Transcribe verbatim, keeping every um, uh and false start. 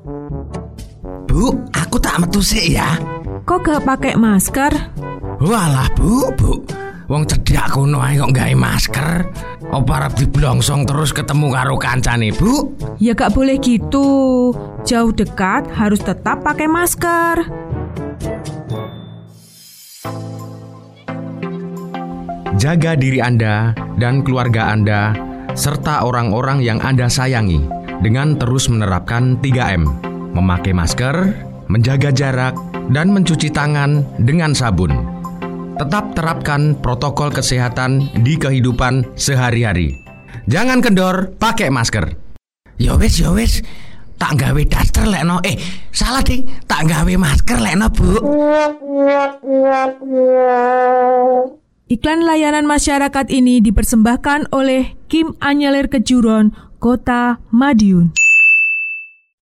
Bu, aku tak metu sik ya. Kok gak pakai masker? Walah bu, bu, wong cedhak kono ae kok gawe masker. Apa arep diblongsong terus ketemu karo kancane, Bu? Ya gak boleh gitu. Jauh dekat harus tetap pakai masker. Jaga diri Anda dan keluarga Anda serta orang-orang yang Anda sayangi dengan terus menerapkan tiga M. Memakai masker, menjaga jarak, dan mencuci tangan dengan sabun. Tetap terapkan protokol kesehatan di kehidupan sehari-hari. Jangan kendor, pakai masker. Ya wis, ya wis. Tak gawe daster lekno. Eh, salah ding. Tak gawe masker lekno, Bu. Iklan layanan masyarakat ini dipersembahkan oleh Kim Anyelir Kejuron, Kota Madiun.